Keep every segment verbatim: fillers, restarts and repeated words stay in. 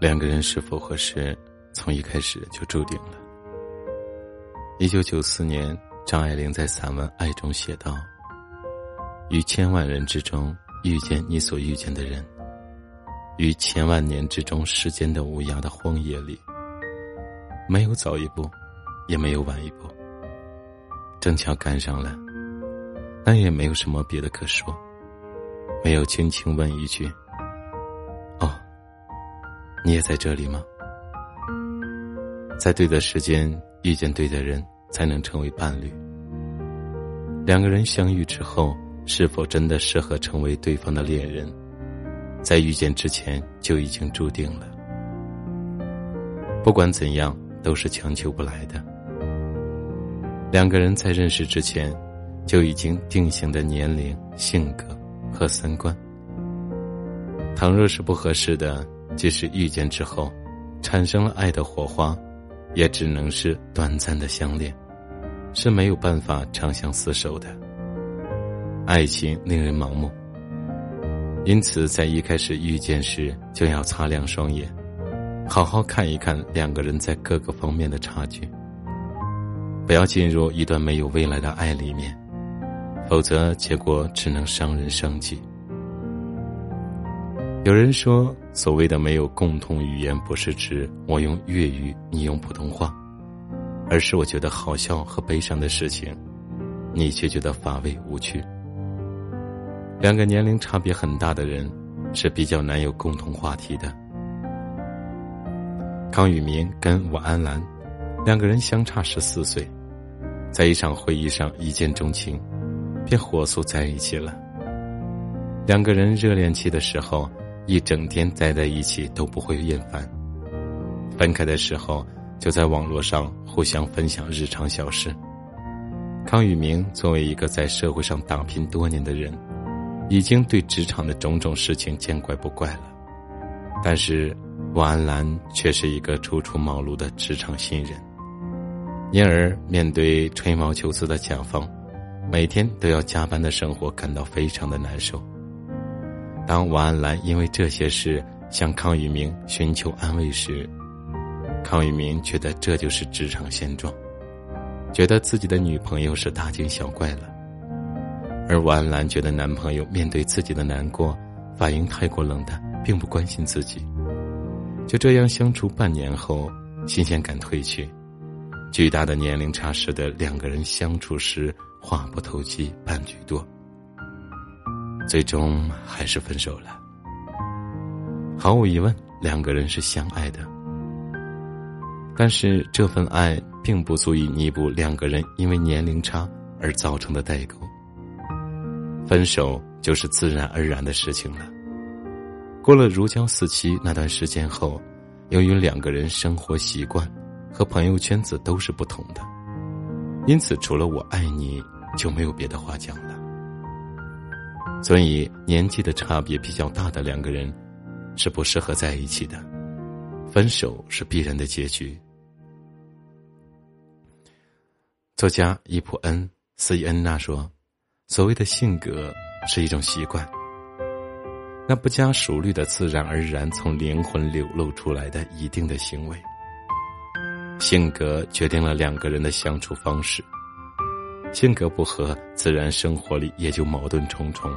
两个人是否合适，从一开始就注定了。一九九四年，张爱玲在散文《爱》中写道：于千万人之中遇见你所遇见的人，于千万年之中时间的无涯的荒野里，没有早一步，也没有晚一步，正巧赶上了，那也没有什么别的可说，没有轻轻问一句：哦，你也在这里吗？在对的时间遇见对的人，才能成为伴侣。两个人相遇之后，是否真的适合成为对方的恋人，在遇见之前就已经注定了。不管怎样，都是强求不来的。两个人在认识之前就已经定型的年龄、性格和三观，倘若是不合适的，即使遇见之后产生了爱的火花，也只能是短暂的相恋，是没有办法长相厮守的。爱情令人盲目，因此在一开始遇见时就要擦亮双眼，好好看一看两个人在各个方面的差距，不要进入一段没有未来的爱里面，否则结果只能伤人伤己。有人说，所谓的没有共同语言，不是指我用粤语你用普通话，而是我觉得好笑和悲伤的事情，你却觉得乏味无趣。两个年龄差别很大的人是比较难有共同话题的。康宇明跟武安兰两个人相差十四岁，在一场会议上一见钟情，便火速在一起了。两个人热恋期的时候，一整天待在一起都不会厌烦，分开的时候就在网络上互相分享日常小事。康宇明作为一个在社会上打拼多年的人，已经对职场的种种事情见怪不怪了，但是王安兰却是一个初出茅庐的职场新人，因而面对吹毛求疵的甲方，每天都要加班的生活感到非常的难受。当王安兰因为这些事向康宇明寻求安慰时，康宇明觉得这就是职场现状，觉得自己的女朋友是大惊小怪了，而王安兰觉得男朋友面对自己的难过反应太过冷淡，并不关心自己。就这样相处半年后，新鲜感褪去，巨大的年龄差使得两个人相处时话不投机半句多，最终还是分手了。毫无疑问，两个人是相爱的，但是这份爱并不足以弥补两个人因为年龄差而造成的代沟。分手就是自然而然的事情了。过了如胶似漆那段时间后，由于两个人生活习惯和朋友圈子都是不同的，因此除了我爱你就没有别的话讲了。所以年纪的差别比较大的两个人是不适合在一起的，分手是必然的结局。作家伊普恩斯伊恩娜说，所谓的性格是一种习惯，那不加熟虑的自然而然从灵魂流露出来的一定的行为。性格决定了两个人的相处方式，性格不合，自然生活里也就矛盾重重。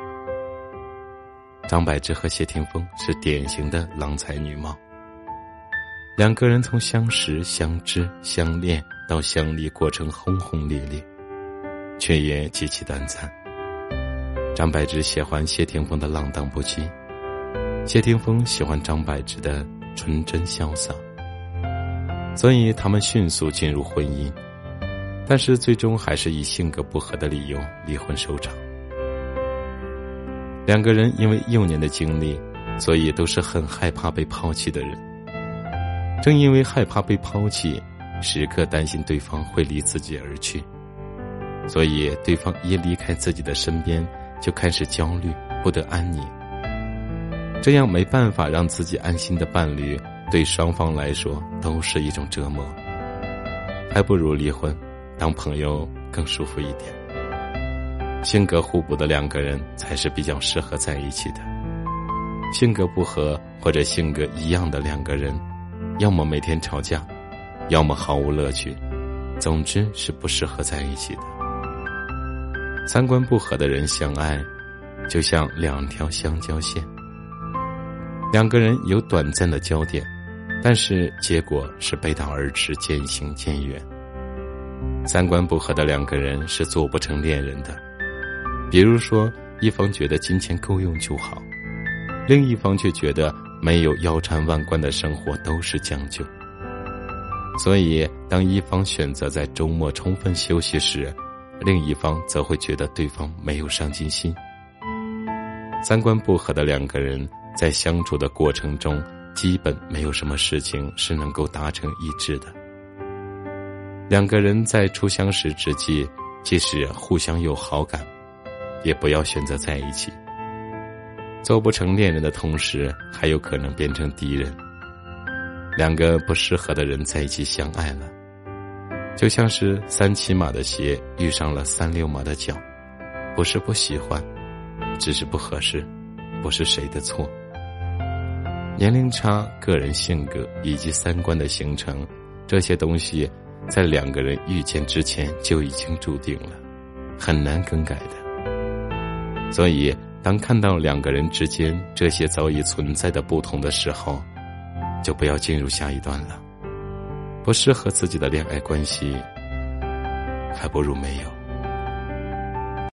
张柏芝和谢霆锋是典型的郎才女貌，两个人从相识、相知、相恋到相离过程轰轰烈烈，却也极其短暂。张柏芝喜欢谢霆锋的浪荡不羁，谢霆锋喜欢张柏芝的纯真潇洒，所以他们迅速进入婚姻，但是最终还是以性格不合的理由离婚收场。两个人因为幼年的经历，所以都是很害怕被抛弃的人。正因为害怕被抛弃，时刻担心对方会离自己而去，所以对方一离开自己的身边，就开始焦虑，不得安宁。这样没办法让自己安心的伴侣，对双方来说都是一种折磨，还不如离婚，当朋友更舒服一点。性格互补的两个人才是比较适合在一起的。 性格不合或者性格一样的两个人，要么每天吵架，要么毫无乐趣，总之是不适合在一起的。三观不合的人相爱，就像两条相交线，两个人有短暂的交点，但是结果是背道而驰，渐行渐远。三观不合的两个人是做不成恋人的。比如说，一方觉得金钱够用就好，另一方却觉得没有腰缠万贯的生活都是将就。所以当一方选择在周末充分休息时，另一方则会觉得对方没有上进心。三观不合的两个人在相处的过程中，基本没有什么事情是能够达成一致的。两个人在初相识之际，即使互相有好感，也不要选择在一起。做不成恋人的同时，还有可能变成敌人。两个不适合的人在一起相爱了，就像是三骑马的鞋遇上了三溜马的脚，不是不喜欢，只是不合适，不是谁的错。年龄差、个人性格以及三观的形成，这些东西在两个人遇见之前就已经注定了，很难更改的。所以当看到两个人之间这些早已存在的不同的时候，就不要进入下一段了。不适合自己的恋爱关系，还不如没有。